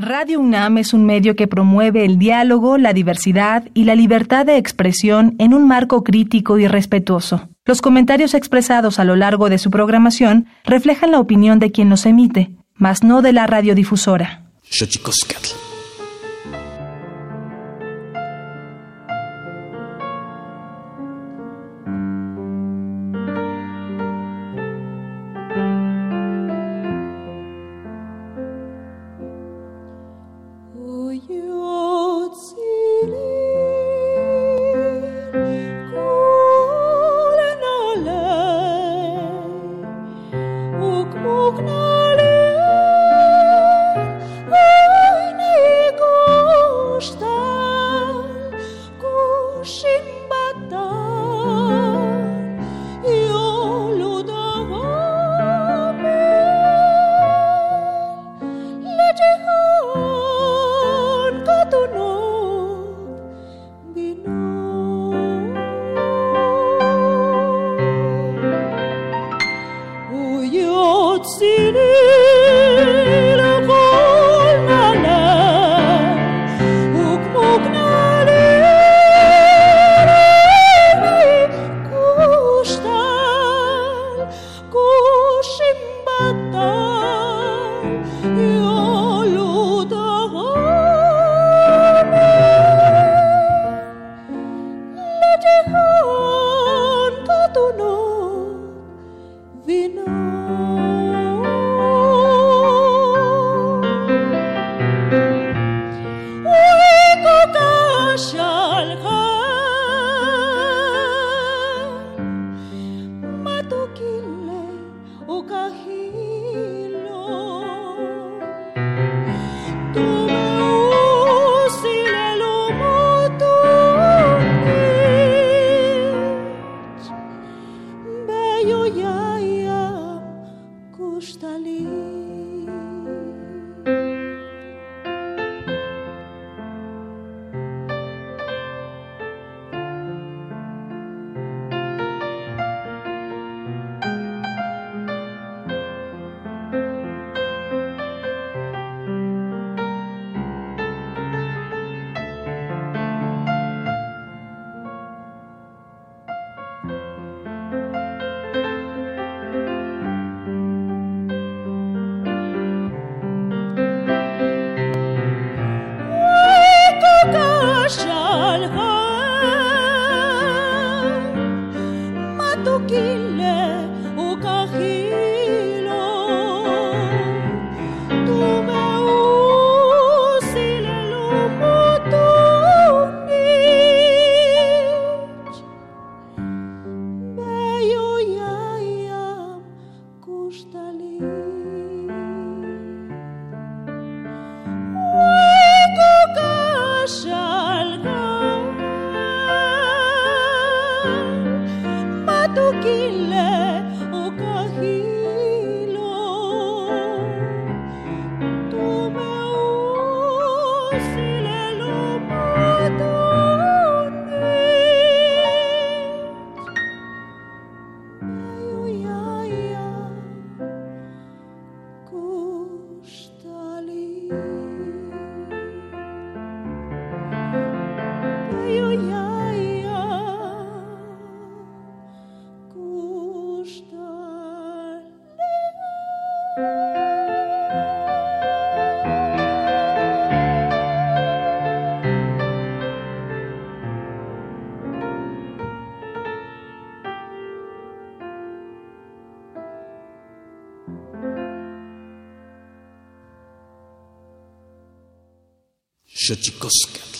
Radio UNAM es un medio que promueve el diálogo, la diversidad y la libertad de expresión en un marco crítico y respetuoso. Los comentarios expresados a lo largo de su programación reflejan la opinión de quien los emite, mas no de la radiodifusora. Xochicóscatl. Xochicóscatl.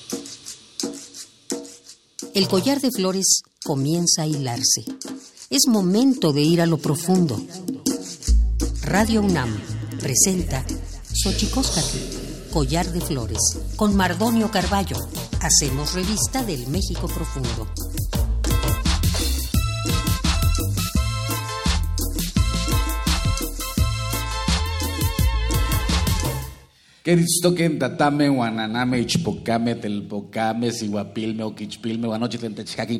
El collar de flores comienza a hilarse. Es momento de ir a lo profundo. Radio UNAM presenta Xochicóscatl, collar de flores, con Mardonio Carballo. Hacemos revista del México profundo. Queritztoquen tatame, guananame, ichpocame, telpocame, sihuapilme, oquichpilme, guanochi, tentechcaqui,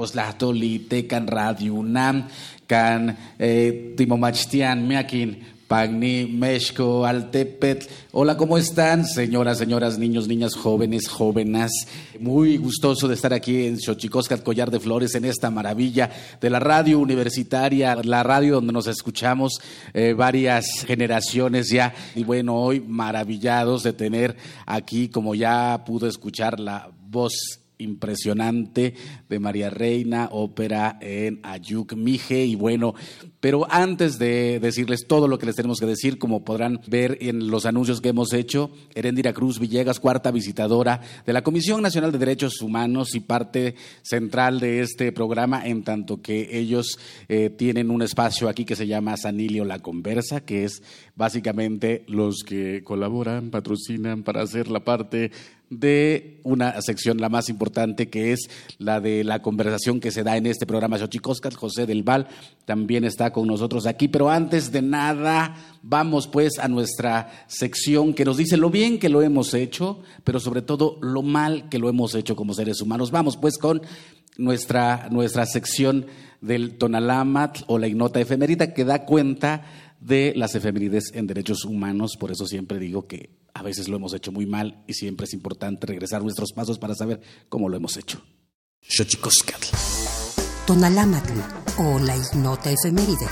nihuescateposlahtoli, tecan Radio UNAM, can timomachtian, meaquin, Pagni, Mexco, Altepetl. Hola, ¿cómo están, señoras, niños, niñas, jóvenes, jóvenes? Muy gustoso de estar aquí en Xochicóscatl, Collar de Flores, en esta maravilla de la radio universitaria, la radio donde nos escuchamos varias generaciones ya. Y bueno, hoy maravillados de tener aquí, como ya pudo escuchar, la voz impresionante de María Reina, ópera en Ayuk Mije. Y bueno, pero antes de decirles todo lo que les tenemos que decir, como podrán ver en los anuncios que hemos hecho, Heréndira Cruz Villegas, cuarta visitadora de la Comisión Nacional de Derechos Humanos y parte central de este programa, en tanto que ellos tienen un espacio aquí que se llama Sanilio La Conversa, que es básicamente los que colaboran, patrocinan para hacer la parte de una sección la más importante, que es la de la conversación que se da en este programa Xochicóscatl. José del Val también está con nosotros aquí, pero antes de nada vamos pues a nuestra sección que nos dice lo bien que lo hemos hecho, pero sobre todo lo mal que lo hemos hecho como seres humanos. Vamos pues con nuestra sección del Tonalámatl o la ignota efemérita, que da cuenta de las efemérides en derechos humanos. Por eso siempre digo que a veces lo hemos hecho muy mal y siempre es importante regresar nuestros pasos para saber cómo lo hemos hecho. Xochicóscatl. Tonalámatl o la ignota efeméride.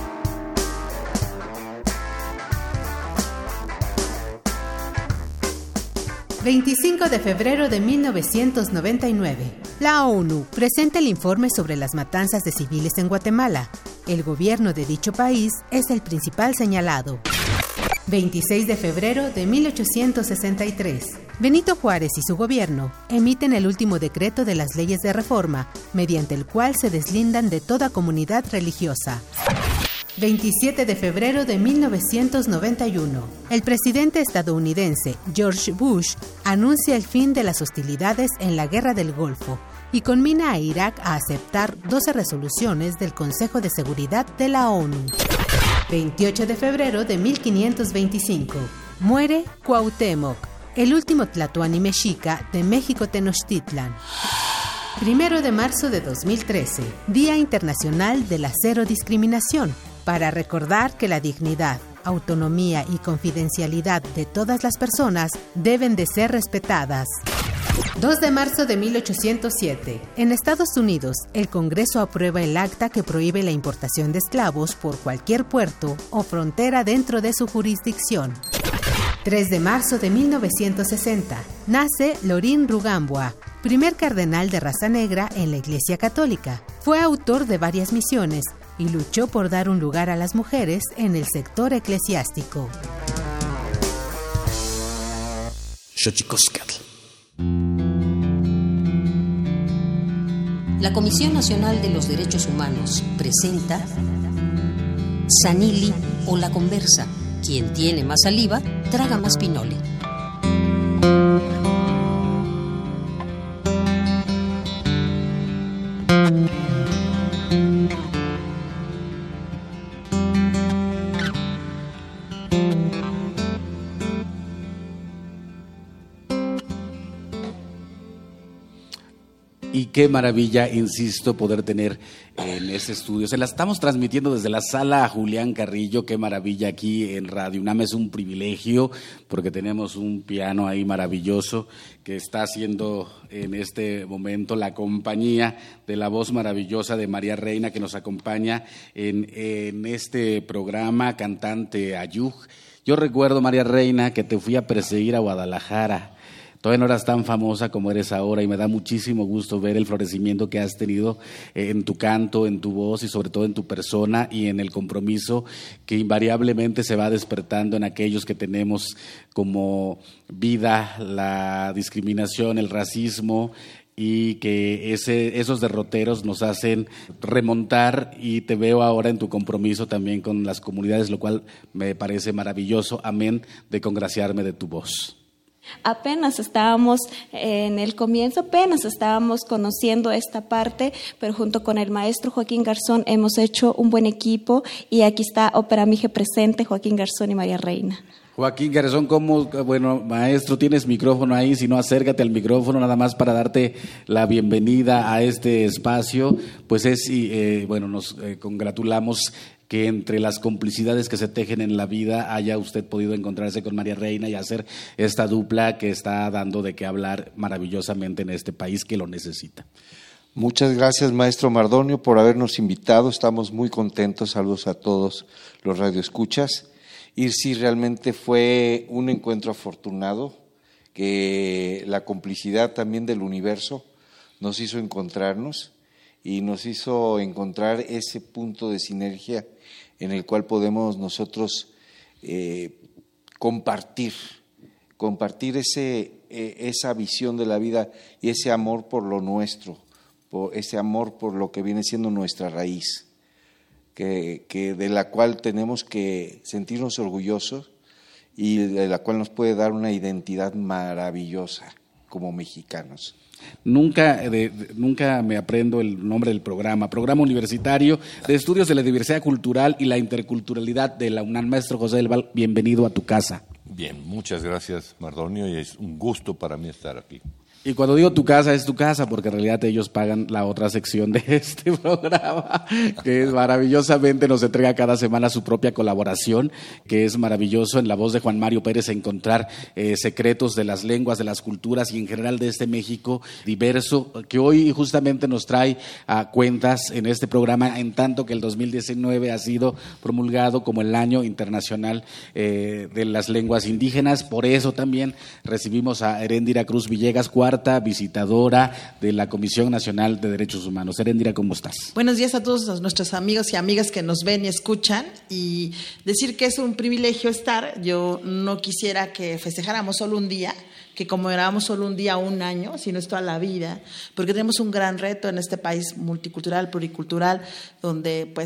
...25 de febrero de 1999... La ONU presenta el informe sobre las matanzas de civiles en Guatemala. El gobierno de dicho país es el principal señalado. 26 de febrero de 1863... Benito Juárez y su gobierno emiten el último decreto de las leyes de reforma, mediante el cual se deslindan de toda comunidad religiosa. 27 de febrero de 1991. El presidente estadounidense George Bush anuncia el fin de las hostilidades en la Guerra del Golfo y conmina a Irak a aceptar 12 resoluciones del Consejo de Seguridad de la ONU. 28 de febrero de 1525. Muere Cuauhtémoc, el último tlatoani mexica de México Tenochtitlan. 1 de marzo de 2013. Día Internacional de la Cero Discriminación, para recordar que la dignidad, autonomía y confidencialidad de todas las personas deben de ser respetadas. 2 de marzo de 1807. En Estados Unidos, el Congreso aprueba el acta que prohíbe la importación de esclavos por cualquier puerto o frontera dentro de su jurisdicción. 3 de marzo de 1960. Nace Lorín Rugambua, primer cardenal de raza negra en la Iglesia Católica. Fue autor de varias misiones y luchó por dar un lugar a las mujeres en el sector eclesiástico. Xochicóscatl. La Comisión Nacional de los Derechos Humanos presenta Sanili o La Conversa. Quien tiene más saliva, traga más pinole. Y qué maravilla, insisto, poder tener en este estudio. Se la estamos transmitiendo desde la sala Julián Carrillo. Qué maravilla aquí en Radio UNAM. Es un privilegio porque tenemos un piano ahí maravilloso que está haciendo en este momento la compañía de la voz maravillosa de María Reina, que nos acompaña en este programa, cantante Ayuk. Yo recuerdo, María Reina, que te fui a perseguir a Guadalajara. Todavía no eras tan famosa como eres ahora y me da muchísimo gusto ver el florecimiento que has tenido en tu canto, en tu voz y sobre todo en tu persona y en el compromiso que invariablemente se va despertando en aquellos que tenemos como vida la discriminación, el racismo, y que esos derroteros nos hacen remontar, y te veo ahora en tu compromiso también con las comunidades, lo cual me parece maravilloso. Amén de congraciarme de tu voz. Apenas estábamos en el comienzo, apenas estábamos conociendo esta parte, pero junto con el maestro Joaquín Garzón hemos hecho un buen equipo y aquí está Ópera Mije presente, Joaquín Garzón y María Reina. Joaquín Garzón, ¿cómo? Bueno, maestro, tienes micrófono ahí, si no, acércate al micrófono nada más para darte la bienvenida a este espacio. Pues nos congratulamos que entre las complicidades que se tejen en la vida haya usted podido encontrarse con María Reina y hacer esta dupla que está dando de qué hablar maravillosamente en este país que lo necesita. Muchas gracias, maestro Mardonio, por habernos invitado. Estamos muy contentos. Saludos a todos los radioescuchas. IRSI realmente fue un encuentro afortunado, que la complicidad también del universo nos hizo encontrarnos y nos hizo encontrar ese punto de sinergia en el cual podemos nosotros compartir esa visión de la vida y ese amor por lo nuestro, ese amor por lo que viene siendo nuestra raíz. Que de la cual tenemos que sentirnos orgullosos y de la cual nos puede dar una identidad maravillosa como mexicanos. Nunca me aprendo el nombre del programa Universitario de Estudios de la Diversidad Cultural y la Interculturalidad de la UNAM. Maestro José del Val, bienvenido a tu casa. Bien, muchas gracias, Mardonio, y es un gusto para mí estar aquí. Y cuando digo tu casa, es tu casa, porque en realidad ellos pagan la otra sección de este programa, que maravillosamente nos entrega cada semana su propia colaboración, que es maravilloso en la voz de Juan Mario Pérez encontrar secretos de las lenguas, de las culturas y en general de este México diverso, que hoy justamente nos trae a cuentas en este programa, en tanto que el 2019 ha sido promulgado como el Año Internacional de las Lenguas Indígenas. Por eso también recibimos a Heréndira Cruz Villegas, cuarta visitadora de la Comisión Nacional de Derechos Humanos. Heréndira, ¿cómo estás? Buenos días a todos nuestros amigos y amigas que nos ven y escuchan, y decir que es un privilegio estar. Yo no quisiera que festejáramos solo un día, que conmemoráramos solo un día o un año, sino es toda la vida, porque tenemos un gran reto en este país multicultural, pluricultural, donde pues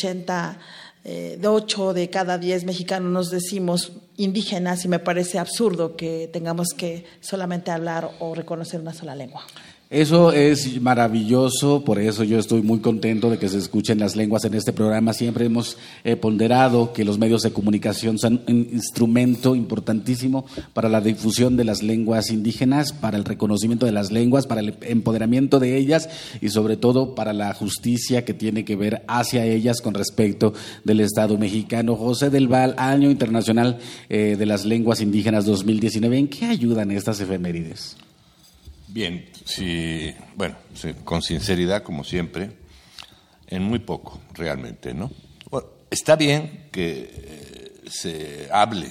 8 de cada 10 mexicanos nos decimos indígenas, y me parece absurdo que tengamos que solamente hablar o reconocer una sola lengua. Eso es maravilloso, por eso yo estoy muy contento de que se escuchen las lenguas en este programa. Siempre hemos ponderado que los medios de comunicación son un instrumento importantísimo para la difusión de las lenguas indígenas, para el reconocimiento de las lenguas, para el empoderamiento de ellas y sobre todo para la justicia que tiene que ver hacia ellas con respecto del Estado mexicano. José del Val, Año Internacional de las Lenguas Indígenas 2019, ¿en qué ayudan estas efemérides? Bien, con sinceridad, como siempre, en muy poco, realmente, ¿no? Bueno, está bien que se hable,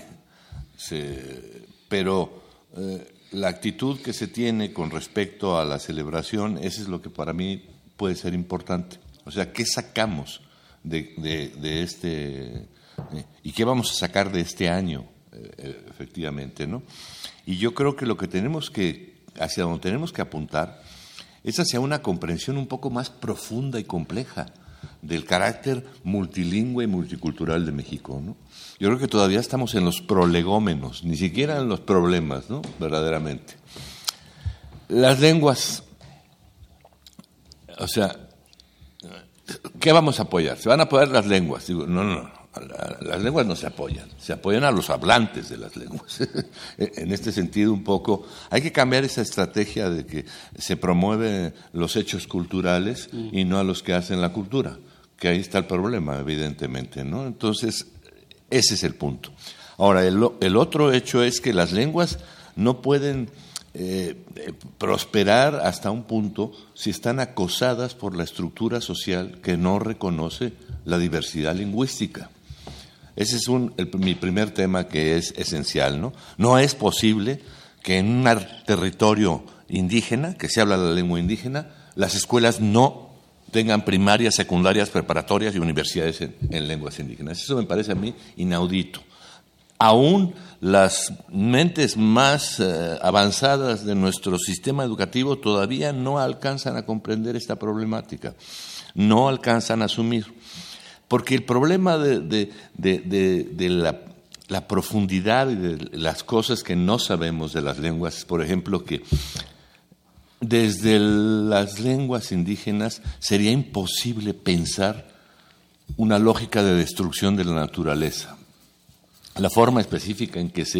pero la actitud que se tiene con respecto a la celebración, eso es lo que para mí puede ser importante. O sea, ¿qué sacamos de este y qué vamos a sacar de este año, efectivamente, ¿no? Y yo creo que hacia donde tenemos que apuntar es hacia una comprensión un poco más profunda y compleja del carácter multilingüe y multicultural de México, ¿no? Yo creo que todavía estamos en los prolegómenos, ni siquiera en los problemas, ¿no? Verdaderamente. Las lenguas, o sea, ¿qué vamos a apoyar? ¿Se van a apoyar las lenguas? Digo, no. Las lenguas no se apoyan a los hablantes de las lenguas. En este sentido, un poco, hay que cambiar esa estrategia de que se promueven los hechos culturales y no a los que hacen la cultura, que ahí está el problema, evidentemente, ¿no? Entonces, ese es el punto. Ahora, el otro hecho es que las lenguas no pueden prosperar hasta un punto si están acosadas por la estructura social que no reconoce la diversidad lingüística. Ese es mi primer tema, que es esencial, ¿no? No es posible que en un territorio indígena, que se habla la lengua indígena, las escuelas no tengan primarias, secundarias, preparatorias y universidades en lenguas indígenas. Eso me parece a mí inaudito. Aún las mentes más avanzadas de nuestro sistema educativo todavía no alcanzan a comprender esta problemática, no alcanzan a asumir. Porque el problema de la profundidad y de las cosas que no sabemos de las lenguas es, por ejemplo, que desde las lenguas indígenas sería imposible pensar una lógica de destrucción de la naturaleza. la forma específica en que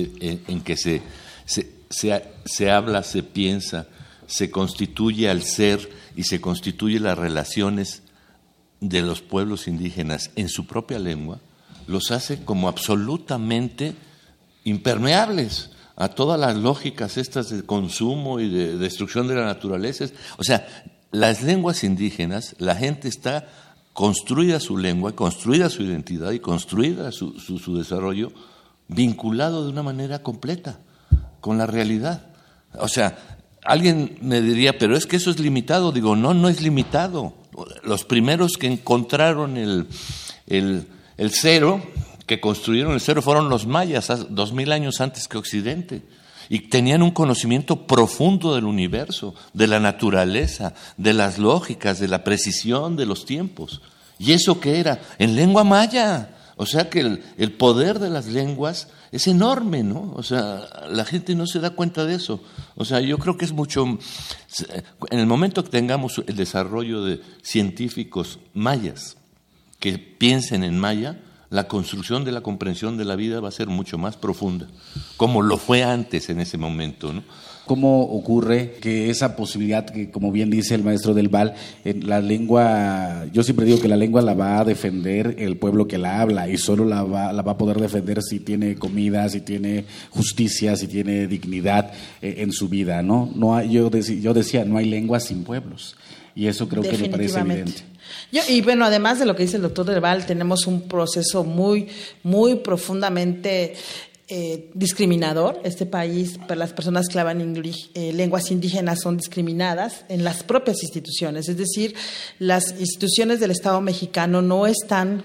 se habla, se piensa, se constituye al ser y se constituye las relaciones de los pueblos indígenas en su propia lengua, los hace como absolutamente impermeables a todas las lógicas estas de consumo y de destrucción de la naturaleza. O sea, las lenguas indígenas, la gente está construida su lengua, construida su identidad y construida su desarrollo vinculado de una manera completa con la realidad. O sea, alguien me diría, pero es que eso es limitado. Digo, no es limitado. Los primeros que encontraron el cero, que construyeron el cero, fueron los mayas, 2000 años antes que Occidente. Y tenían un conocimiento profundo del universo, de la naturaleza, de las lógicas, de la precisión de los tiempos. ¿Y eso qué era? En lengua maya. O sea que el poder de las lenguas es enorme, ¿no? O sea, la gente no se da cuenta de eso. O sea, yo creo que es mucho... En el momento que tengamos el desarrollo de científicos mayas que piensen en maya, la construcción de la comprensión de la vida va a ser mucho más profunda, como lo fue antes en ese momento, ¿no? ¿Cómo ocurre que esa posibilidad, que como bien dice el maestro del Val, la lengua, yo siempre digo que la lengua la va a defender el pueblo que la habla, y solo la va a poder defender si tiene comida, si tiene justicia, si tiene dignidad en su vida, ¿no? Yo decía, no hay lengua sin pueblos, y eso creo que me parece evidente. Y bueno, además de lo que dice el doctor del Val, tenemos un proceso muy, muy profundamente discriminador. Este país, para las personas que hablan lenguas indígenas, son discriminadas en las propias instituciones. Es decir, las instituciones del Estado mexicano no estamos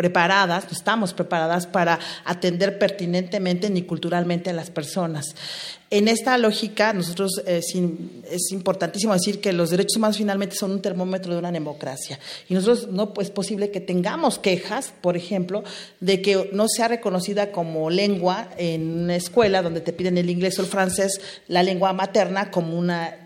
preparadas para atender pertinentemente ni culturalmente a las personas. En esta lógica, nosotros es importantísimo decir que los derechos humanos finalmente son un termómetro de una democracia. Y nosotros no es posible que tengamos quejas, por ejemplo, de que no sea reconocida como lengua en una escuela donde te piden el inglés o el francés, la lengua materna, como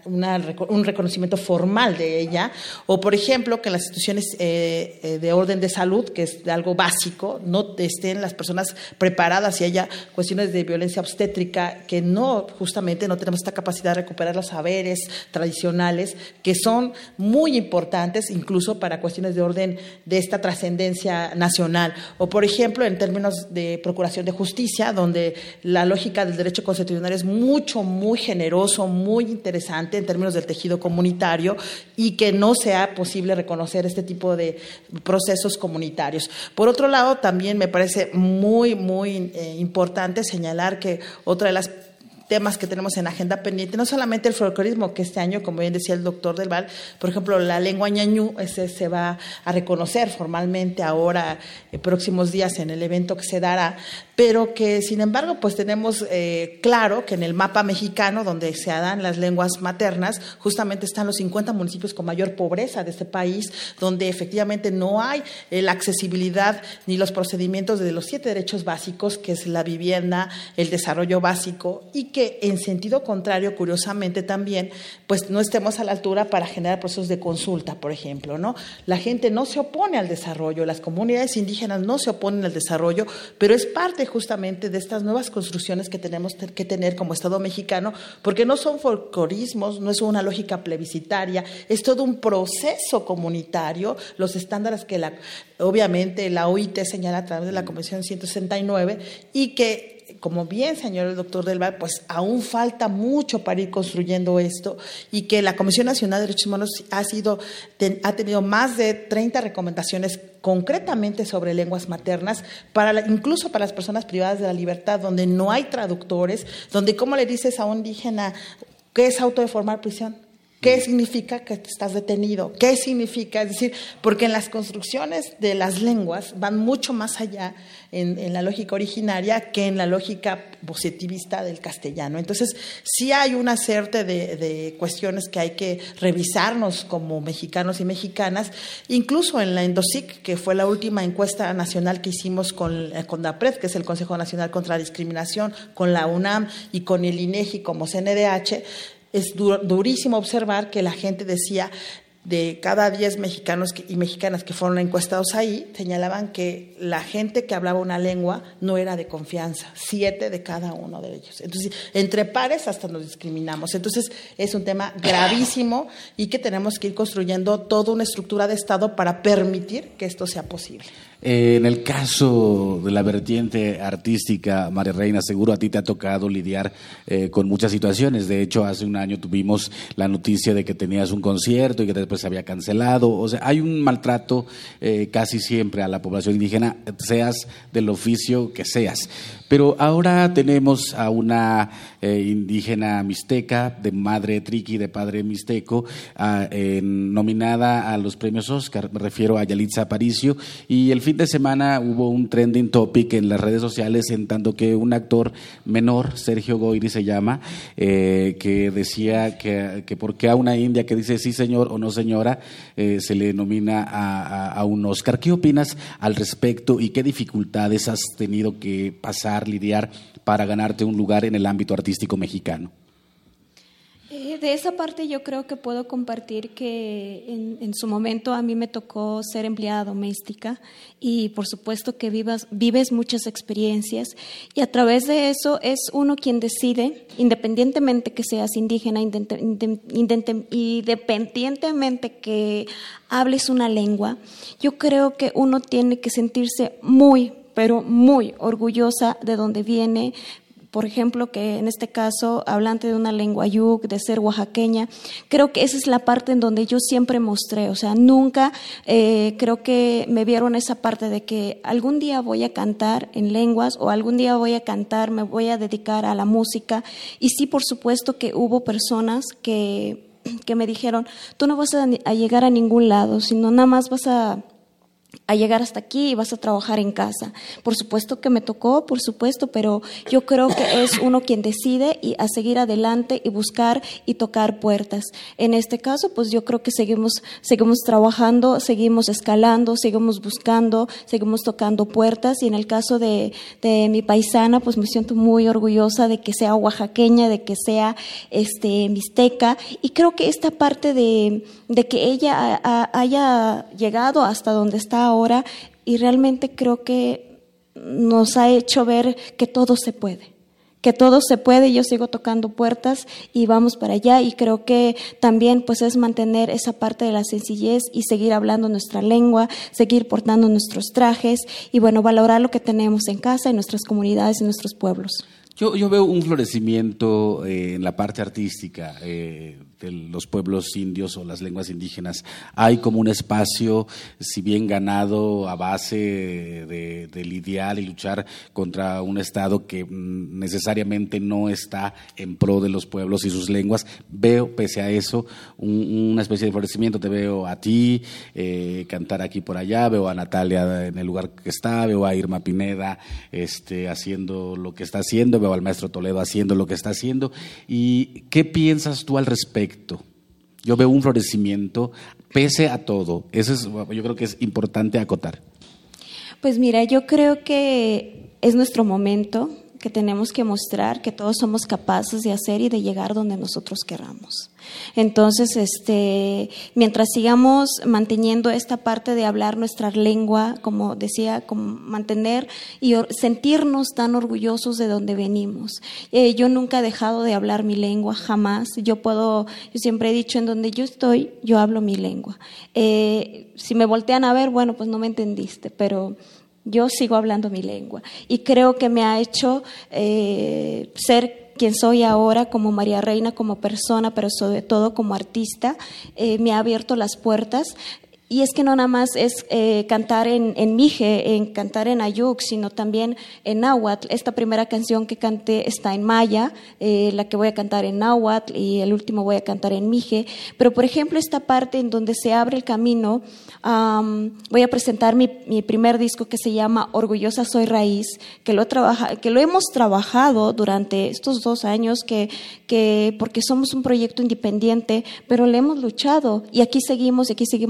un reconocimiento formal de ella. O, por ejemplo, que en las instituciones de orden de salud, que es algo básico, no estén las personas preparadas y haya cuestiones de violencia obstétrica que justamente no tenemos esta capacidad de recuperar los saberes tradicionales que son muy importantes incluso para cuestiones de orden de esta trascendencia nacional. O, por ejemplo, en términos de procuración de justicia, donde la lógica del derecho constitucional es muy generoso, muy interesante en términos del tejido comunitario, y que no sea posible reconocer este tipo de procesos comunitarios. Por otro lado, también me parece muy importante señalar que otra de las temas que tenemos en agenda pendiente, no solamente el folclorismo, que este año, como bien decía el doctor del Val, por ejemplo, la lengua ñañú se va a reconocer formalmente ahora, próximos días, en el evento que se dará, pero que, sin embargo, pues tenemos claro que en el mapa mexicano, donde se dan las lenguas maternas, justamente están los 50 municipios con mayor pobreza de este país, donde efectivamente no hay la accesibilidad ni los procedimientos de los 7 derechos básicos, que es la vivienda, el desarrollo básico, y que en sentido contrario, curiosamente también, pues no estemos a la altura para generar procesos de consulta, por ejemplo, ¿no? La gente no se opone al desarrollo, las comunidades indígenas no se oponen al desarrollo, pero es parte justamente de estas nuevas construcciones que tenemos que tener como Estado mexicano, porque no son folclorismos, no es una lógica plebiscitaria, es todo un proceso comunitario, los estándares que obviamente la OIT señala a través de la Convención 169, y que, como bien señaló el doctor del Val, pues aún falta mucho para ir construyendo esto, y que la Comisión Nacional de Derechos Humanos ha tenido más de 30 recomendaciones concretamente sobre lenguas maternas, incluso para las personas privadas de la libertad, donde no hay traductores, donde ¿cómo le dices a un indígena qué es auto de formar prisión? ¿Qué significa que estás detenido? ¿Qué significa? Es decir, porque en las construcciones de las lenguas van mucho más allá en la lógica originaria que en la lógica positivista del castellano. Entonces, sí hay una serie de cuestiones que hay que revisarnos como mexicanos y mexicanas, incluso en la ENDOSIC, que fue la última encuesta nacional que hicimos con CONAPRED, que es el Consejo Nacional contra la Discriminación, con la UNAM y con el INEGI como CNDH. Es durísimo observar que la gente decía, de cada 10 mexicanos y mexicanas que fueron encuestados ahí, señalaban que la gente que hablaba una lengua no era de confianza, 7 de cada uno de ellos. Entonces, entre pares hasta nos discriminamos. Entonces, es un tema gravísimo y que tenemos que ir construyendo toda una estructura de Estado para permitir que esto sea posible. En el caso de la vertiente artística, María Reina, seguro a ti te ha tocado lidiar con muchas situaciones. De hecho, hace un año tuvimos la noticia de que tenías un concierto y que después se había cancelado. O sea, hay un maltrato casi siempre a la población indígena, seas del oficio que seas. Pero ahora tenemos a una indígena mixteca, de madre triqui, de padre mixteco, nominada a los premios Oscar. Me refiero a Yalitza Aparicio, y el fin de semana hubo un trending topic en las redes sociales, en tanto que un actor menor, Sergio Goyri se llama, que decía que por qué a una india que dice sí señor o no señora se le nomina a un Oscar. ¿Qué opinas al respecto y qué dificultades has tenido que pasar, lidiar para ganarte un lugar en el ámbito artístico mexicano? De esa parte yo creo que puedo compartir que en su momento a mí me tocó ser empleada doméstica y por supuesto que vives muchas experiencias y a través de eso es uno quien decide, independientemente que seas indígena, independientemente que hables una lengua, yo creo que uno tiene que sentirse muy, pero muy orgullosa de donde viene. Por ejemplo, que en este caso, hablante de una lengua yuk, de ser oaxaqueña, creo que esa es la parte en donde yo siempre mostré, o sea, nunca creo que me vieron esa parte de que algún día voy a cantar en lenguas o algún día voy a cantar, me voy a dedicar a la música. Y sí, por supuesto que hubo personas que me dijeron, tú no vas a llegar a ningún lado, sino nada más vas a llegar hasta aquí y vas a trabajar en casa. Por supuesto que me tocó, por supuesto, pero yo creo que es uno quien decide y a seguir adelante y buscar y tocar puertas. En este caso, pues yo creo que seguimos trabajando, seguimos escalando, seguimos buscando, seguimos tocando puertas y en el caso de mi paisana, pues me siento muy orgullosa de que sea oaxaqueña, de que sea mixteca y creo que esta parte de que ella haya llegado hasta donde está ahora y realmente creo que nos ha hecho ver que todo se puede. Yo sigo tocando puertas y vamos para allá y creo que también pues es mantener esa parte de la sencillez y seguir hablando nuestra lengua, seguir portando nuestros trajes y bueno, valorar lo que tenemos en casa, en nuestras comunidades, en nuestros pueblos. Yo veo un florecimiento en la parte artística de los pueblos indios o las lenguas indígenas. Hay como un espacio, si bien ganado a base de lidiar y luchar contra un Estado que necesariamente no está en pro de los pueblos y sus lenguas. Veo, pese a eso, una especie de florecimiento. Te veo a ti cantar aquí por allá, veo a Natalia en el lugar que está, veo a Irma Pineda haciendo lo que está haciendo, veo al maestro Toledo haciendo lo que está haciendo. ¿Y qué piensas tú al respecto? Yo veo un florecimiento pese a todo. Eso yo creo que es importante acotar. Pues mira, yo creo que es nuestro momento, que tenemos que mostrar que todos somos capaces de hacer y de llegar donde nosotros queramos. Entonces, mientras sigamos manteniendo esta parte de hablar nuestra lengua, como decía, como mantener y sentirnos tan orgullosos de donde venimos. Yo nunca he dejado de hablar mi lengua, jamás. Yo siempre he dicho, en donde yo estoy, yo hablo mi lengua. Si me voltean a ver, bueno, pues no me entendiste, pero yo sigo hablando mi lengua y creo que me ha hecho ser quien soy ahora como María Reina, como persona, pero sobre todo como artista. Me ha abierto las puertas. Y es que no nada más es cantar en mije, cantar en ayuk, sino también en náhuatl. Esta primera canción que canté está en maya, la que voy a cantar en náhuatl y el último voy a cantar en mije. Pero, por ejemplo, esta parte en donde se abre el camino, voy a presentar mi primer disco que se llama Orgullosa Soy Raíz, que lo hemos trabajado durante estos 2 años, porque somos un proyecto independiente, pero le hemos luchado y aquí seguimos trabajando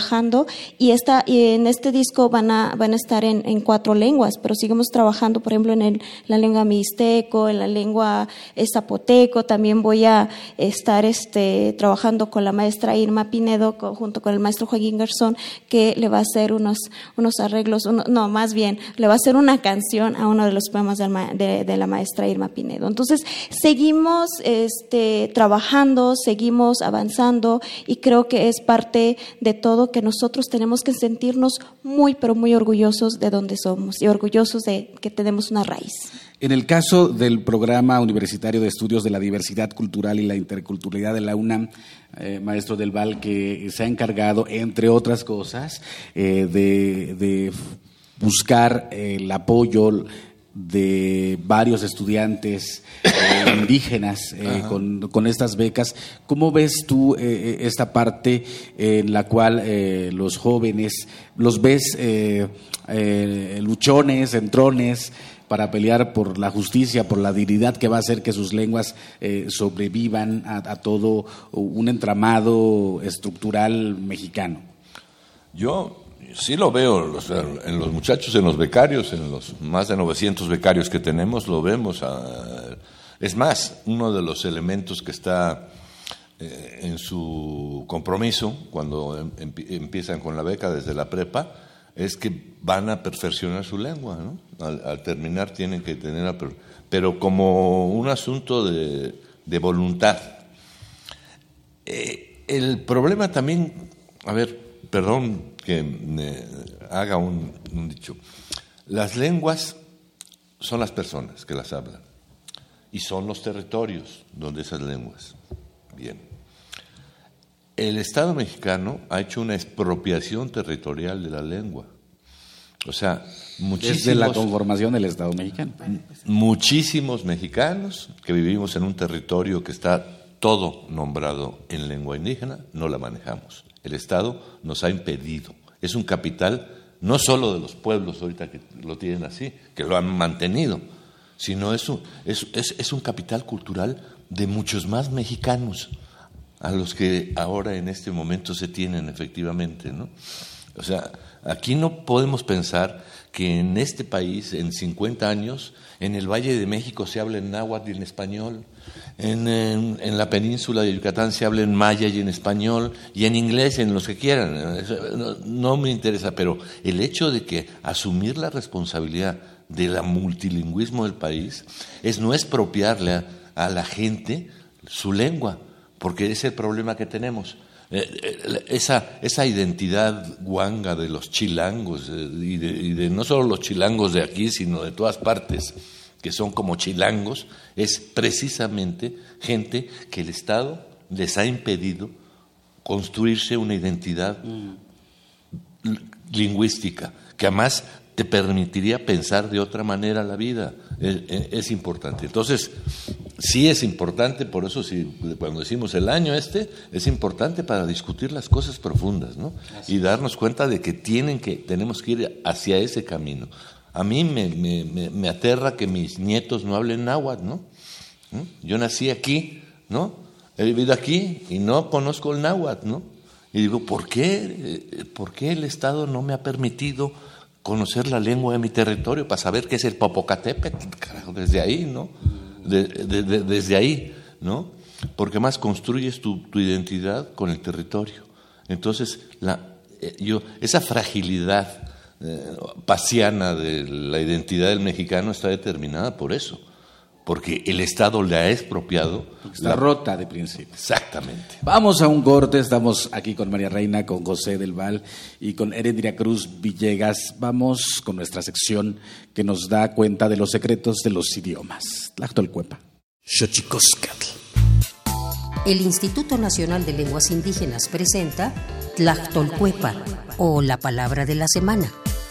trabajando y en este disco van a estar en 4 lenguas, pero seguimos trabajando, por ejemplo, en la lengua mixteco, en la lengua zapoteco. También voy a estar trabajando con la maestra Irma Pinedo, junto con el maestro Joaquín Garzón, que le va a hacer unos arreglos, más bien, le va a hacer una canción a uno de los poemas de la maestra Irma Pinedo. Entonces, seguimos trabajando, seguimos avanzando, y creo que es parte de todo que nosotros tenemos que sentirnos muy, pero muy orgullosos de donde somos y orgullosos de que tenemos una raíz. En el caso del Programa Universitario de Estudios de la Diversidad Cultural y la Interculturalidad de la UNAM, maestro Del Val, que se ha encargado, entre otras cosas, de buscar el apoyo de varios estudiantes indígenas con estas becas. ¿Cómo ves tú esta parte en la cual los jóvenes los ves luchones, entrones, para pelear por la justicia, por la dignidad que va a hacer que sus lenguas sobrevivan a todo un entramado estructural mexicano? Yo sí lo veo en los muchachos, en los becarios, en los más de 900 becarios que tenemos, lo vemos. Es más, uno de los elementos que está en su compromiso cuando empiezan con la beca desde la prepa es que van a perfeccionar su lengua, ¿no? Al terminar tienen que tener, pero como un asunto de voluntad. El problema también, perdón que me haga un dicho, las lenguas son las personas que las hablan y son los territorios donde esas lenguas. Bien. El Estado mexicano ha hecho una expropiación territorial de la lengua. O sea, desde la conformación del Estado mexicano. Muchísimos mexicanos que vivimos en un territorio que está todo nombrado en lengua indígena, no la manejamos. El Estado nos ha impedido. Es un capital no solo de los pueblos ahorita que lo tienen así, que lo han mantenido, sino es un capital cultural de muchos más mexicanos a los que ahora en este momento se tienen efectivamente, ¿no? O sea, aquí no podemos pensar que en este país, en 50 años, en el Valle de México se habla en náhuatl y en español, en la península de Yucatán se habla en maya y en español, y en inglés, en los que quieran. No me interesa, pero el hecho de que asumir la responsabilidad del multilingüismo del país es no expropiarle a la gente su lengua, porque ese es el problema que tenemos. Esa identidad guanga de los chilangos y de no solo los chilangos de aquí, sino de todas partes, que son como chilangos, es precisamente gente que el Estado les ha impedido construirse una identidad lingüística, que además te permitiría pensar de otra manera la vida. Es importante. Entonces, sí es importante, por eso cuando decimos el año es importante para discutir las cosas profundas, ¿no? Y darnos cuenta de que tenemos que ir hacia ese camino. A mí me aterra que mis nietos no hablen náhuatl, ¿no? Yo nací aquí, ¿no? He vivido aquí y no conozco el náhuatl, ¿no? Y digo, ¿por qué el Estado no me ha permitido conocer la lengua de mi territorio para saber qué es el Popocatépetl? Carajo, desde ahí, ¿no? Desde ahí, ¿no? Porque más construyes tu identidad con el territorio. Entonces, esa fragilidad pasiana de la identidad del mexicano está determinada por eso, porque el Estado le ha expropiado. Está rota de principio. Exactamente. Vamos a un corte, estamos aquí con María Reina, con José Del Val y con Erendira Cruz Villegas. Vamos con nuestra sección que nos da cuenta de los secretos de los idiomas. Tlachtolcuepa. Xochicóscatl. El Instituto Nacional de Lenguas Indígenas presenta Tlachtolcuepa, o la palabra de la semana.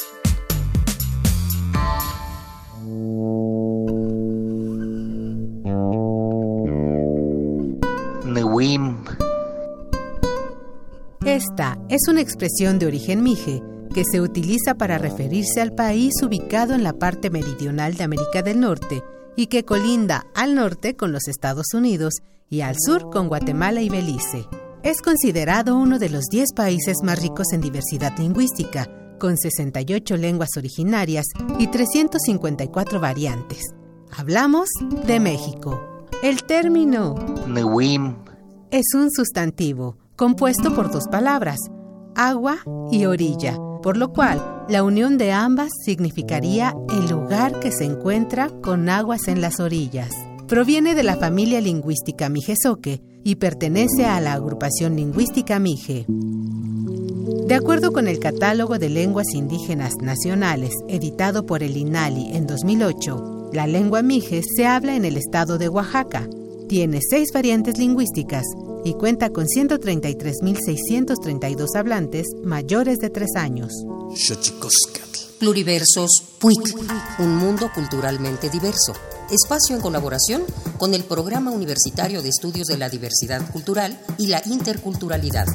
Esta es una expresión de origen mije que se utiliza para referirse al país ubicado en la parte meridional de América del Norte y que colinda al norte con los Estados Unidos y al sur con Guatemala y Belice. Es considerado uno de los 10 países más ricos en diversidad lingüística, con 68 lenguas originarias y 354 variantes. Hablamos de México. El término Nehuim es un sustantivo compuesto por 2 palabras, agua y orilla, por lo cual la unión de ambas significaría el lugar que se encuentra con aguas en las orillas. Proviene de la familia lingüística Mijezoque y pertenece a la agrupación lingüística Mije. De acuerdo con el Catálogo de Lenguas Indígenas Nacionales, editado por el INALI en 2008, la lengua Mije se habla en el estado de Oaxaca, tiene 6 variantes lingüísticas y cuenta con 133.632 hablantes mayores de 3 años. Pluriversos PUIC, un mundo culturalmente diverso. Espacio en colaboración con el Programa Universitario de Estudios de la Diversidad Cultural y la Interculturalidad.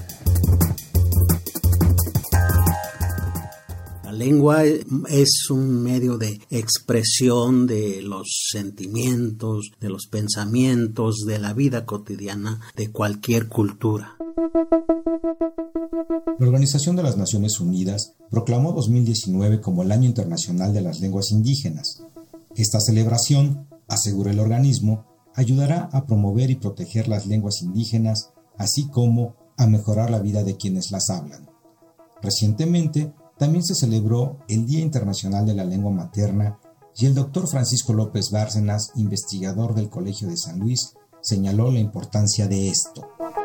La lengua es un medio de expresión de los sentimientos, de los pensamientos, de la vida cotidiana de cualquier cultura. La Organización de las Naciones Unidas proclamó 2019 como el Año Internacional de las Lenguas Indígenas. Esta celebración, asegura el organismo, ayudará a promover y proteger las lenguas indígenas, así como a mejorar la vida de quienes las hablan. Recientemente, también se celebró el Día Internacional de la Lengua Materna y el doctor Francisco López Bárcenas, investigador del Colegio de San Luis, señaló la importancia de esto.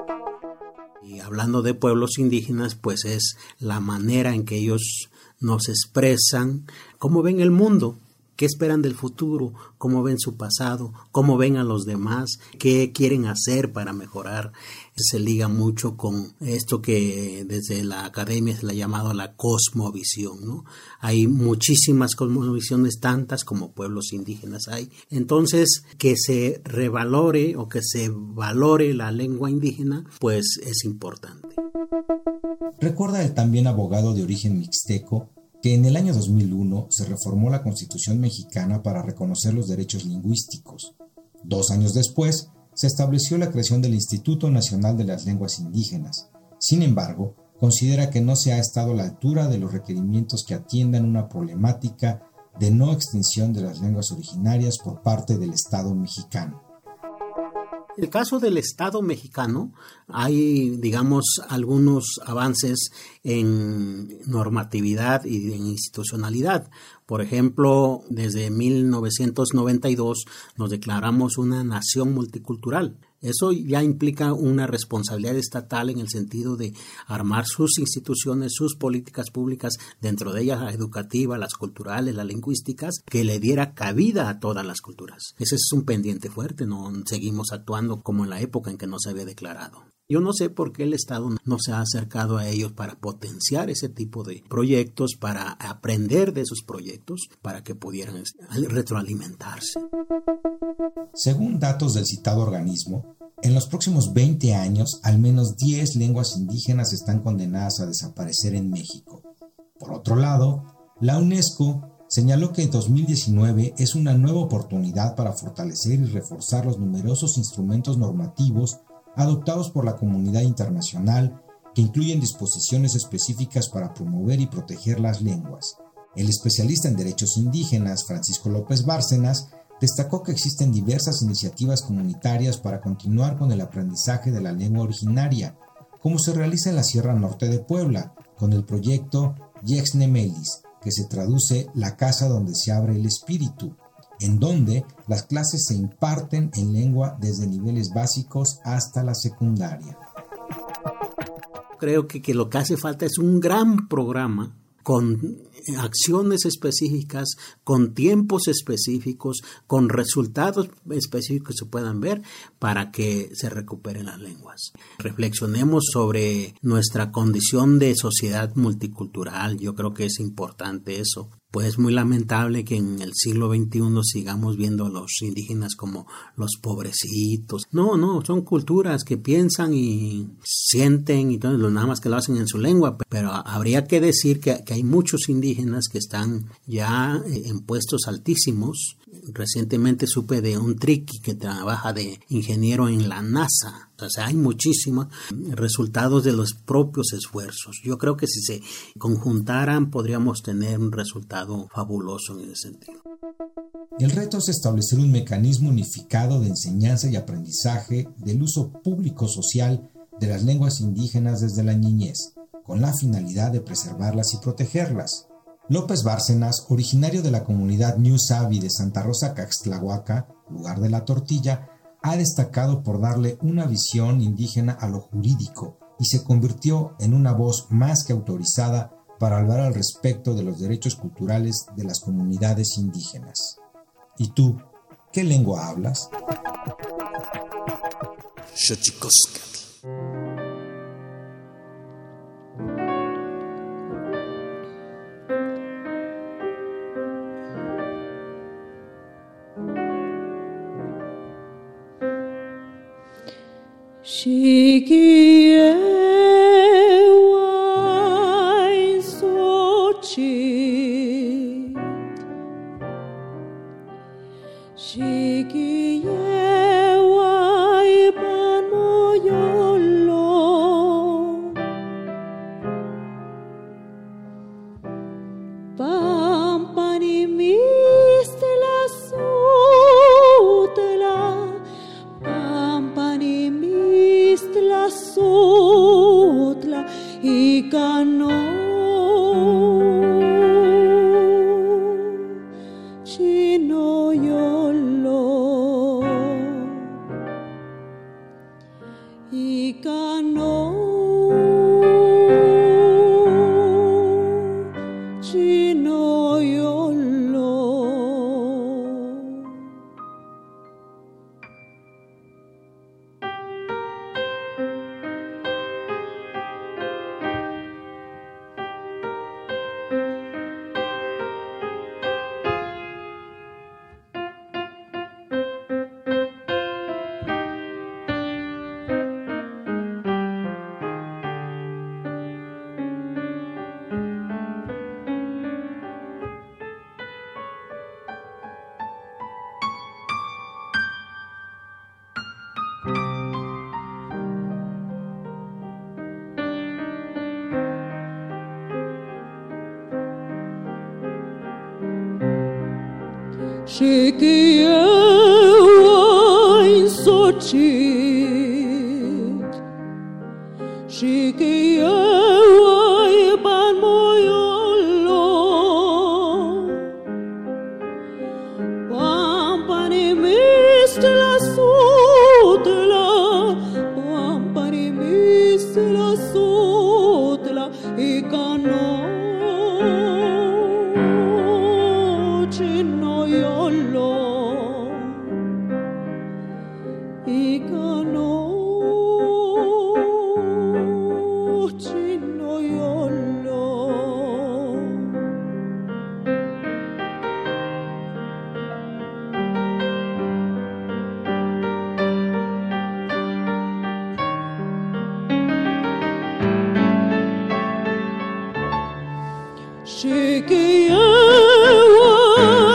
Y hablando de pueblos indígenas, pues es la manera en que ellos nos expresan cómo ven el mundo, qué esperan del futuro, cómo ven su pasado, cómo ven a los demás, qué quieren hacer para mejorar. Se liga mucho con esto que desde la academia se le ha llamado la cosmovisión, ¿no? Hay muchísimas cosmovisiones, tantas como pueblos indígenas hay. Entonces, que se revalore o que se valore la lengua indígena, pues es importante. Recuerda el también abogado de origen mixteco que en el año 2001 se reformó la Constitución mexicana para reconocer los derechos lingüísticos. 2 años después, se estableció la creación del Instituto Nacional de las Lenguas Indígenas. Sin embargo, considera que no se ha estado a la altura de los requerimientos que atiendan una problemática de no extinción de las lenguas originarias por parte del Estado mexicano. En el caso del Estado mexicano hay, digamos, algunos avances en normatividad y en institucionalidad. Por ejemplo, desde 1992 nos declaramos una nación multicultural. Eso ya implica una responsabilidad estatal en el sentido de armar sus instituciones, sus políticas públicas, dentro de ellas la educativa, las culturales, las lingüísticas, que le diera cabida a todas las culturas. Ese es un pendiente fuerte, no seguimos actuando como en la época en que no se había declarado. Yo no sé por qué el Estado no se ha acercado a ellos para potenciar ese tipo de proyectos, para aprender de esos proyectos, para que pudieran retroalimentarse. Según datos del citado organismo, en los próximos 20 años, al menos 10 lenguas indígenas están condenadas a desaparecer en México. Por otro lado, la UNESCO señaló que 2019 es una nueva oportunidad para fortalecer y reforzar los numerosos instrumentos normativos adoptados por la comunidad internacional que incluyen disposiciones específicas para promover y proteger las lenguas. El especialista en derechos indígenas, Francisco López Bárcenas, destacó que existen diversas iniciativas comunitarias para continuar con el aprendizaje de la lengua originaria, como se realiza en la Sierra Norte de Puebla, con el proyecto Yexnemelis, que se traduce La casa donde se abre el espíritu, en donde las clases se imparten en lengua desde niveles básicos hasta la secundaria. Creo que lo que hace falta es un gran programa con acciones específicas, con tiempos específicos, con resultados específicos que se puedan ver para que se recuperen las lenguas. Reflexionemos sobre nuestra condición de sociedad multicultural. Yo creo que es importante eso. Pues es muy lamentable que en el siglo XXI sigamos viendo a los indígenas como los pobrecitos. No, son culturas que piensan y sienten y todo, nada más que lo hacen en su lengua. Pero habría que decir que hay muchos indígenas que están ya en puestos altísimos Recientemente supe de un triqui que trabaja de ingeniero en la NASA. O sea, hay muchísimos resultados de los propios esfuerzos. Yo creo que si se conjuntaran podríamos tener un resultado fabuloso en ese sentido. El reto es establecer un mecanismo unificado de enseñanza y aprendizaje del uso público social de las lenguas indígenas desde la niñez, con la finalidad de preservarlas y protegerlas. López Bárcenas, originario de la comunidad New Savi de Santa Rosa Caxtlahuaca, lugar de la tortilla, ha destacado por darle una visión indígena a lo jurídico y se convirtió en una voz más que autorizada para hablar al respecto de los derechos culturales de las comunidades indígenas. ¿Y tú, qué lengua hablas? Xochicóscatl.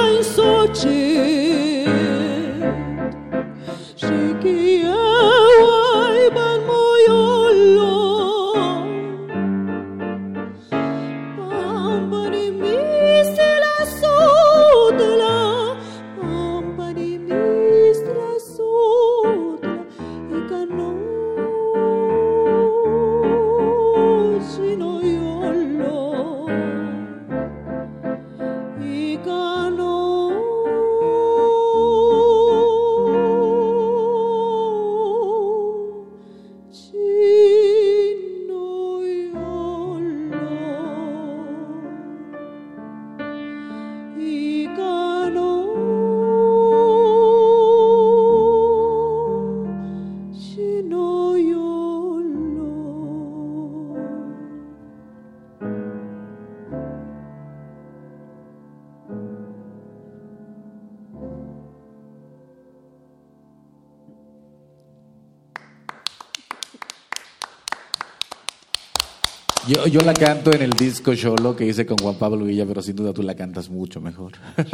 Shiki Yo la canto en el disco Xolo que hice con Juan Pablo Villa, pero sin duda tú la cantas mucho mejor.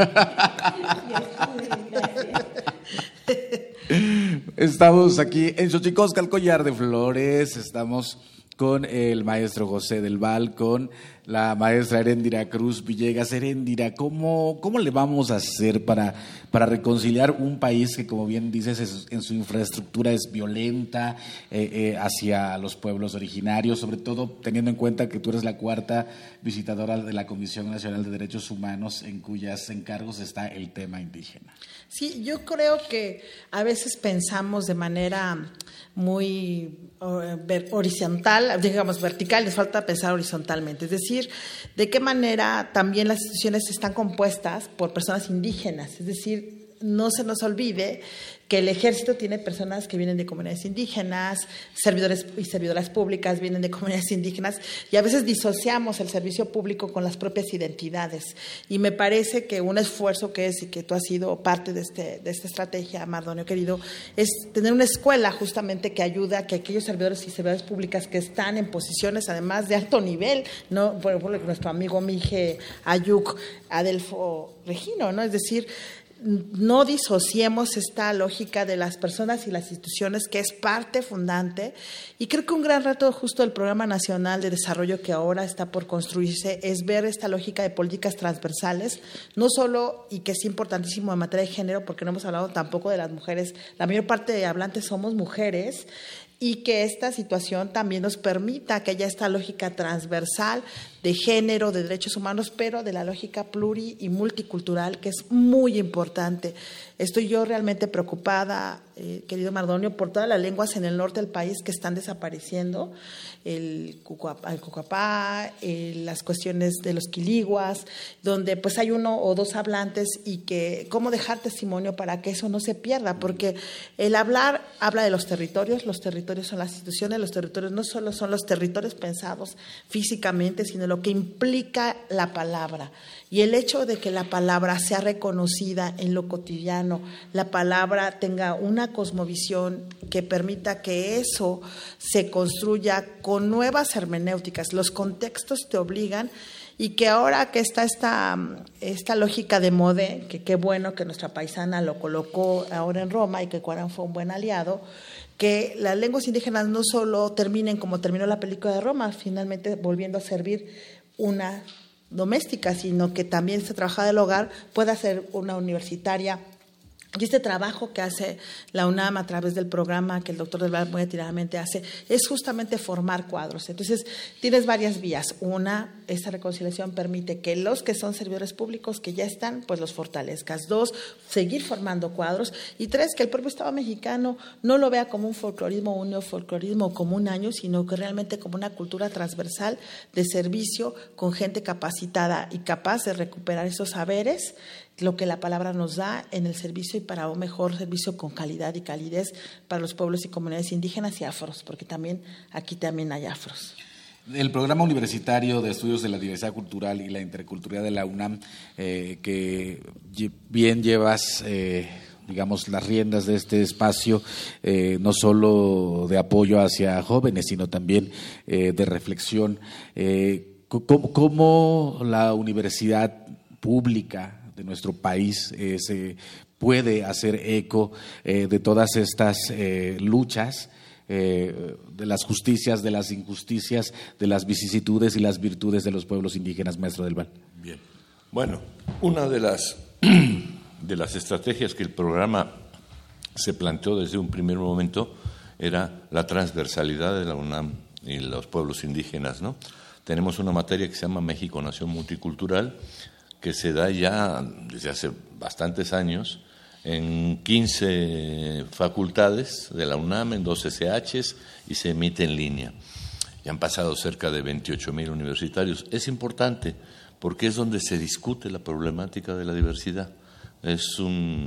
Estamos aquí en Xochicóscal, Collar de Flores. Estamos con el maestro José del Val, con la maestra Heréndira Cruz Villegas. Heréndira, ¿cómo le vamos a hacer para reconciliar un país que, como bien dices, en su infraestructura es violenta hacia los pueblos originarios, sobre todo teniendo en cuenta que tú eres la cuarta visitadora de la Comisión Nacional de Derechos Humanos, en cuyos encargos está el tema indígena? Sí, yo creo que a veces pensamos de manera muy horizontal, digamos vertical, les falta pensar horizontalmente, es decir, de qué manera también las instituciones están compuestas por personas indígenas, es decir, no se nos olvide que el ejército tiene personas que vienen de comunidades indígenas, servidores y servidoras públicas vienen de comunidades indígenas, y a veces disociamos el servicio público con las propias identidades. Y me parece que un esfuerzo que es, y que tú has sido parte de esta estrategia, Mardonio querido, es tener una escuela justamente que ayuda a que aquellos servidores y servidoras públicas que están en posiciones además de alto nivel, ¿no? Por ejemplo, nuestro amigo Mije Ayuk, Adelfo Regino, ¿no? Es decir, no disociemos esta lógica de las personas y las instituciones, que es parte fundante, y creo que un gran reto justo del Programa Nacional de Desarrollo que ahora está por construirse es ver esta lógica de políticas transversales, no solo, y que es importantísimo en materia de género, porque no hemos hablado tampoco de las mujeres, la mayor parte de hablantes somos mujeres, y que esta situación también nos permita que haya esta lógica transversal de género, de derechos humanos, pero de la lógica pluri y multicultural, que es muy importante. Estoy yo realmente preocupada, querido Mardonio, por todas las lenguas en el norte del país que están desapareciendo, el cucuapá, las cuestiones de los quiliguas, donde pues hay uno o dos hablantes, y que cómo dejar testimonio para que eso no se pierda, porque el hablar habla de los territorios son las instituciones, los territorios no solo son los territorios pensados físicamente, sino lo que implica la palabra. Y el hecho de que la palabra sea reconocida en lo cotidiano, la palabra tenga una cosmovisión que permita que eso se construya con nuevas hermenéuticas, los contextos te obligan, y que ahora que está esta lógica de Modé, que qué bueno que nuestra paisana lo colocó ahora en Roma y que Cuarón fue un buen aliado, que las lenguas indígenas no solo terminen como terminó la película de Roma, finalmente volviendo a servir una doméstica, sino que también esta trabajadora del hogar pueda ser una universitaria. Y este trabajo que hace la UNAM a través del programa que el doctor Del Val muy atiradamente hace es justamente formar cuadros. Entonces, tienes varias vías. Una, esta reconciliación permite que los que son servidores públicos que ya están, pues los fortalezcas. Dos, seguir formando cuadros. Y tres, que el propio Estado mexicano no lo vea como un folclorismo, un neofolclorismo, como un año, sino que realmente como una cultura transversal de servicio con gente capacitada y capaz de recuperar esos saberes, lo que la palabra nos da en el servicio, y para un mejor servicio con calidad y calidez para los pueblos y comunidades indígenas y afros, porque también aquí también hay afros. El Programa Universitario de Estudios de la Diversidad Cultural y la Interculturalidad de la UNAM, que bien llevas digamos, las riendas de este espacio, no solo de apoyo hacia jóvenes, sino también de reflexión. ¿Cómo la universidad pública de nuestro país se puede hacer eco de todas estas luchas, de las justicias, de las injusticias, de las vicisitudes y las virtudes de los pueblos indígenas, maestro Del Val? Bien. Bueno, una de las estrategias que el programa se planteó desde un primer momento era la transversalidad de la UNAM y los pueblos indígenas, ¿no? Tenemos una materia que se llama México Nación Multicultural, que se da ya desde hace bastantes años en 15 facultades de la UNAM, en 2 SHs, y se emite en línea. Ya han pasado cerca de 28,000 universitarios. Es importante porque es donde se discute la problemática de la diversidad. Es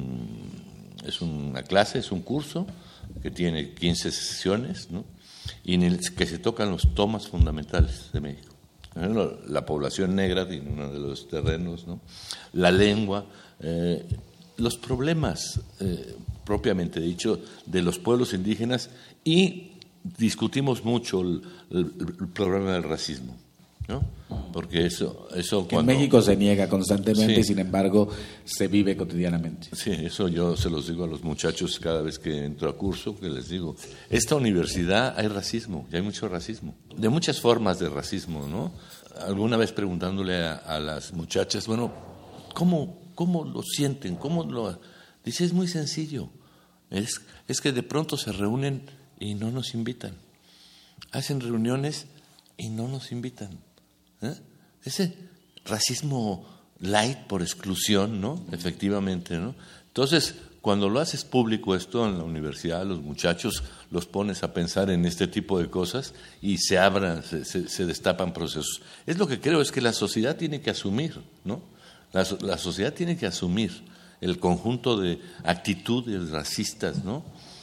una clase, es un curso que tiene 15 sesiones, ¿no? Y en el que se tocan los temas fundamentales de México. La población negra tiene uno de los terrenos, ¿no? La lengua, los problemas propiamente dicho de los pueblos indígenas y discutimos mucho el problema del racismo, ¿no? Porque eso que en México se niega constantemente, sí. Sin embargo se vive cotidianamente. Sí, eso yo se los digo a los muchachos cada vez que entro a curso, que les digo, esta universidad hay racismo, y hay mucho racismo, de muchas formas de racismo, ¿no? Alguna vez preguntándole a las muchachas, bueno, ¿cómo lo sienten? Dice, es muy sencillo, es que de pronto se reúnen y no nos invitan, hacen reuniones y no nos invitan. Ese racismo light por exclusión, ¿no? Efectivamente, ¿no? Entonces, cuando lo haces público esto en la universidad, los muchachos los pones a pensar en este tipo de cosas y se destapan procesos. Es lo que creo, es que la sociedad tiene que asumir, ¿no? La sociedad tiene que asumir el conjunto de actitudes racistas, ¿no?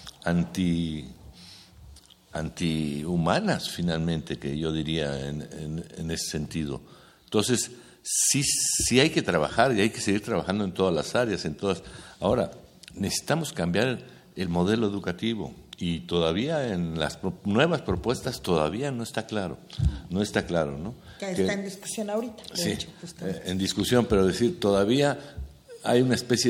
Antihumanas, finalmente, que yo diría en ese sentido. Entonces, sí hay que trabajar y hay que seguir trabajando en todas las áreas, Ahora, necesitamos cambiar el modelo educativo y todavía en las nuevas propuestas todavía no está claro, ¿no? Que está en discusión ahorita. Sí, hecho, en discusión, pero decir, todavía hay una especie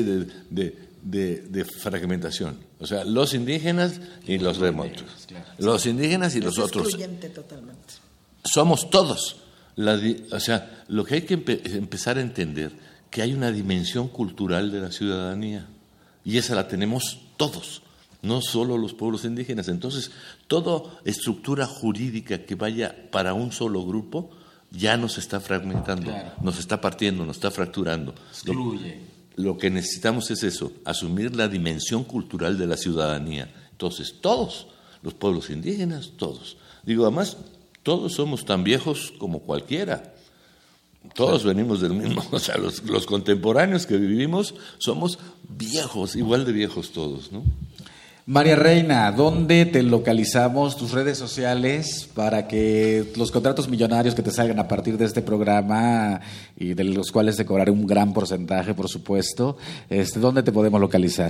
de fragmentación. O sea, los indígenas y los remotos. Claro. Los indígenas y los otros. Excluyente totalmente. Somos todos. O sea, lo que hay que empezar a entender, que hay una dimensión cultural de la ciudadanía. Y esa la tenemos todos, no solo los pueblos indígenas. Entonces, toda estructura jurídica que vaya para un solo grupo ya nos está fragmentando, claro. Nos está partiendo, nos está fracturando. Excluye. Lo que necesitamos es eso, asumir la dimensión cultural de la ciudadanía. Entonces, todos, los pueblos indígenas, todos. Además, todos somos tan viejos como cualquiera. Todos venimos del mismo, o sea, los contemporáneos que vivimos somos viejos, igual de viejos todos, ¿no? María Reina, ¿dónde te localizamos, tus redes sociales, para que los contratos millonarios que te salgan a partir de este programa y de los cuales te cobraré un gran porcentaje, por supuesto, ¿dónde te podemos localizar?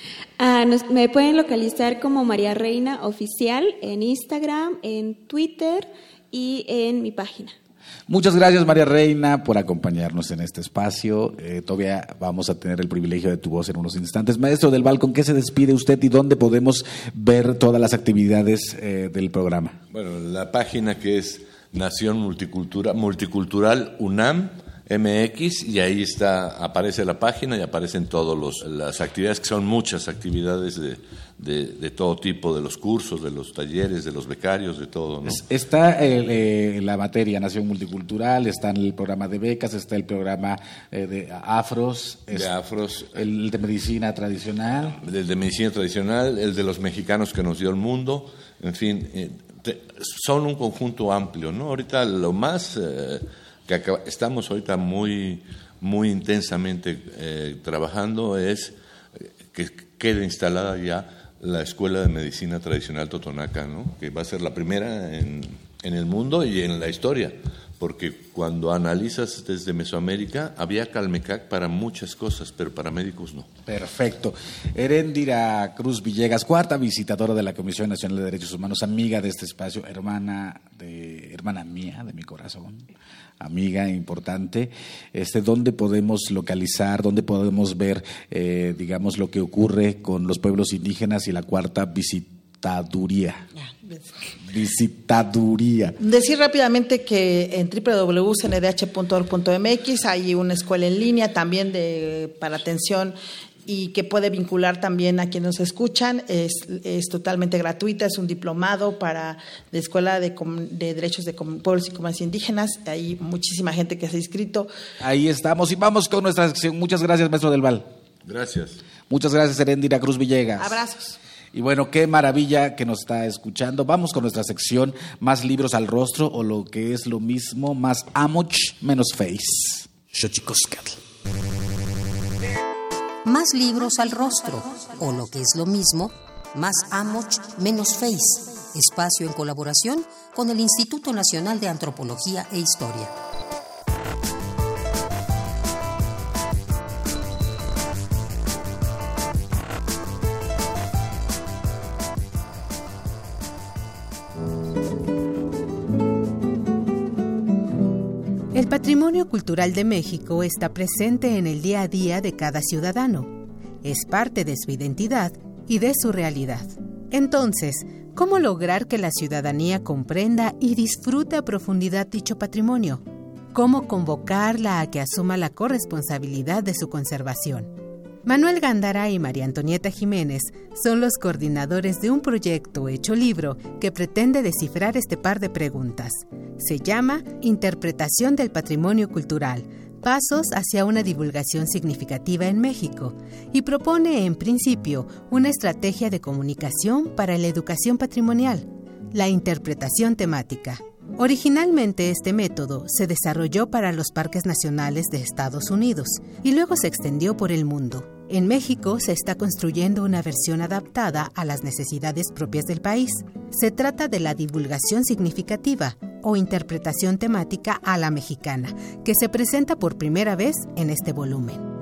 Me pueden localizar como María Reina Oficial en Instagram, en Twitter y en mi página. Muchas gracias, María Reina, por acompañarnos en este espacio. Todavía vamos a tener el privilegio de tu voz en unos instantes. Maestro del Val, ¿con qué se despide usted y dónde podemos ver todas las actividades del programa? Bueno, la página que es Nación Multicultural UNAM MX, y ahí aparece la página y aparecen todas las actividades, que son muchas actividades de todo tipo, de los cursos, de los talleres, de los becarios, de todo, ¿no? Está la materia Nación Multicultural, está en el programa de becas, está el programa de afros, el de medicina tradicional. El de medicina tradicional, el de los mexicanos que nos dio el mundo, en fin, son un conjunto amplio, ¿no? Ahorita lo más que estamos ahorita muy, muy intensamente trabajando es que quede instalada ya la Escuela de Medicina Tradicional Totonaca, ¿no? Que va a ser la primera en el mundo y en la historia, porque cuando analizas desde Mesoamérica había Calmecac para muchas cosas, pero para médicos no. Perfecto. Heréndira Cruz Villegas, cuarta visitadora de la Comisión Nacional de Derechos Humanos, amiga de este espacio, hermana mía, de mi corazón, amiga importante. ¿Dónde podemos localizar, dónde podemos ver, digamos, lo que ocurre con los pueblos indígenas y la cuarta visitaduría? Decir rápidamente que en www.cndh.org.mx hay una escuela en línea también para atención y que puede vincular también a quienes nos escuchan. Es totalmente gratuita, es un diplomado de Escuela de Derechos de Pueblos y Comunidades Indígenas. Hay muchísima gente que se ha inscrito. Ahí estamos y vamos con nuestra sección. Muchas gracias, maestro del Val. Gracias. Muchas gracias, Heréndira Cruz Villegas. Abrazos. Y bueno, qué maravilla que nos está escuchando. Vamos con nuestra sección Más libros al rostro, o lo que es lo mismo, más amoch, menos face. Xochicóscatl. Más libros al rostro, o lo que es lo mismo, más amoch, menos face. Espacio en colaboración con el Instituto Nacional de Antropología e Historia. El patrimonio cultural de México está presente en el día a día de cada ciudadano. Es parte de su identidad y de su realidad. Entonces, ¿cómo lograr que la ciudadanía comprenda y disfrute a profundidad dicho patrimonio? ¿Cómo convocarla a que asuma la corresponsabilidad de su conservación? Manuel Gándara y María Antonieta Jiménez son los coordinadores de un proyecto hecho libro que pretende descifrar este par de preguntas. Se llama Interpretación del Patrimonio Cultural, pasos hacia una divulgación significativa en México, y propone en principio una estrategia de comunicación para la educación patrimonial, la interpretación temática. Originalmente este método se desarrolló para los parques nacionales de Estados Unidos y luego se extendió por el mundo. En México se está construyendo una versión adaptada a las necesidades propias del país. Se trata de la divulgación significativa o interpretación temática a la mexicana, que se presenta por primera vez en este volumen.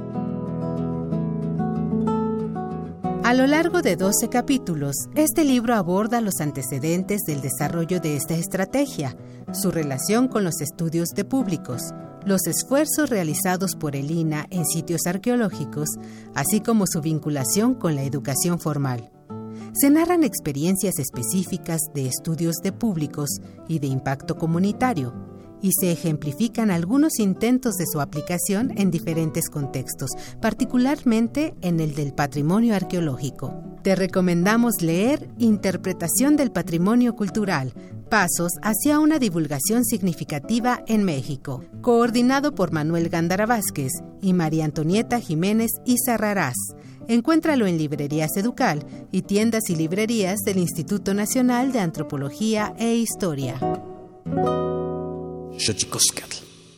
A lo largo de 12 capítulos, este libro aborda los antecedentes del desarrollo de esta estrategia, su relación con los estudios de públicos, los esfuerzos realizados por el INAH en sitios arqueológicos, así como su vinculación con la educación formal. Se narran experiencias específicas de estudios de públicos y de impacto comunitario, y se ejemplifican algunos intentos de su aplicación en diferentes contextos, particularmente en el del patrimonio arqueológico. Te recomendamos leer Interpretación del Patrimonio Cultural, pasos hacia una divulgación significativa en México, coordinado por Manuel Gándara Vázquez y María Antonieta Jiménez Izarrarás. Encuéntralo en Librerías Educal y tiendas y librerías del Instituto Nacional de Antropología e Historia. Xochicóscatl.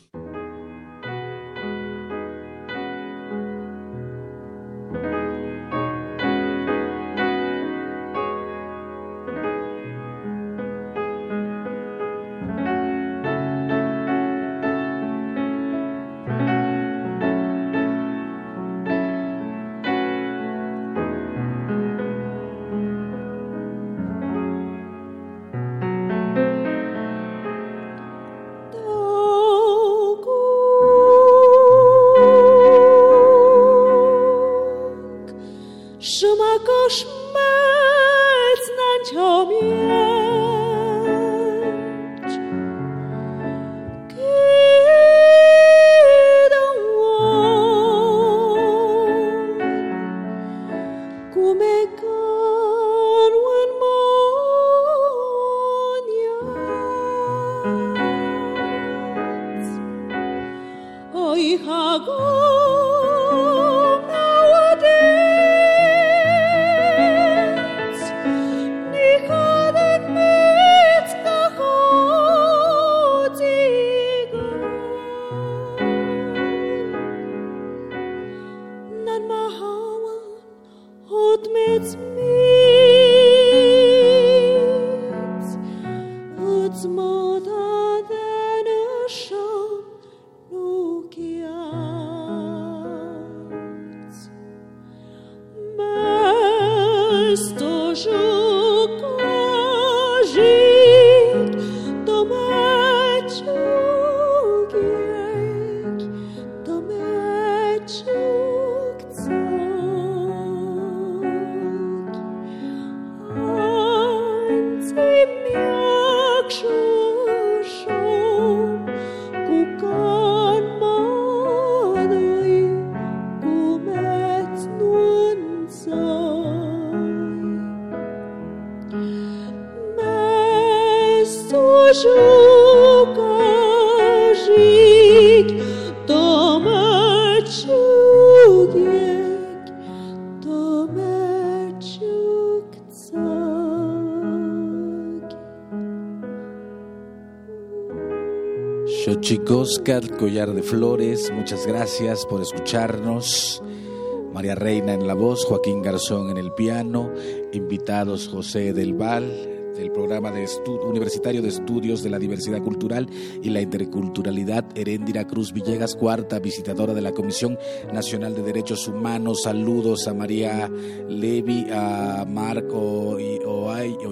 Xochicóscatl, Collar de Flores, muchas gracias por escucharnos. María Reina en la voz, Joaquín Garzón en el piano, invitados José del Val, del programa universitario de estudios de la diversidad cultural y la interculturalidad, Heréndira Cruz Villegas, cuarta visitadora de la Comisión Nacional de Derechos Humanos. Saludos a María Levi, a Marco Oyao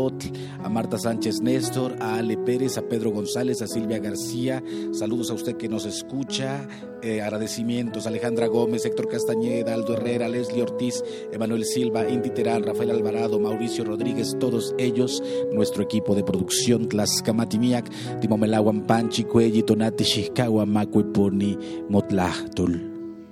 Huejotl, a Marta Sánchez Néstor, a Ale Pérez, a Pedro González, a Silvia García. Saludos a usted que nos escucha. Agradecimientos a Alejandra Gómez, Héctor Castañeda, Aldo Herrera, Leslie Ortiz, Emanuel Silva, Inti Terán, Rafael Alvarado, Mauricio Rodríguez, todos ellos, nuestro equipo de producción, Tlaxcamatimiac, Timomelahuan Panchi, Cuelli, Tonati, Xixcahua, Macuiponi, Motlahtul.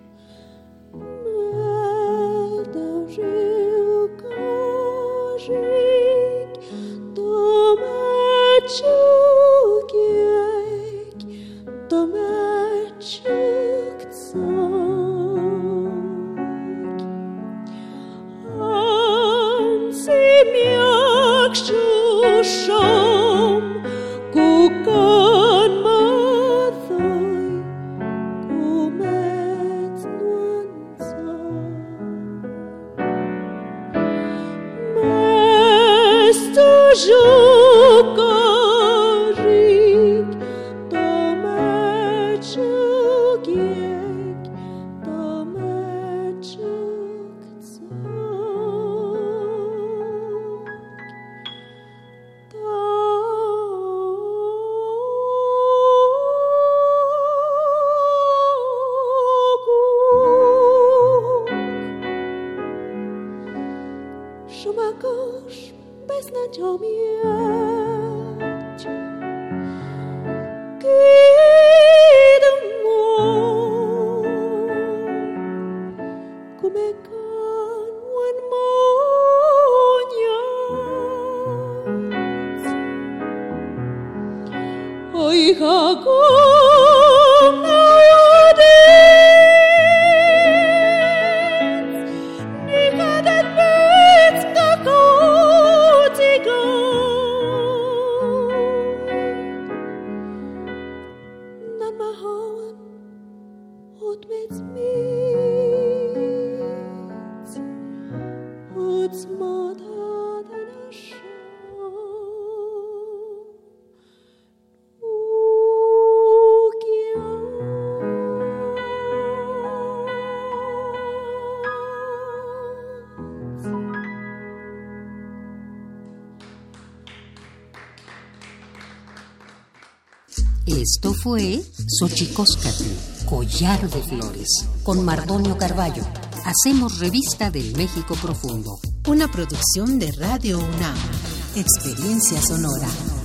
Esto fue Xochicóscatl, Collar de Flores, con Mardonio Carballo. Hacemos revista del México profundo. Una producción de Radio UNAM. Experiencia sonora.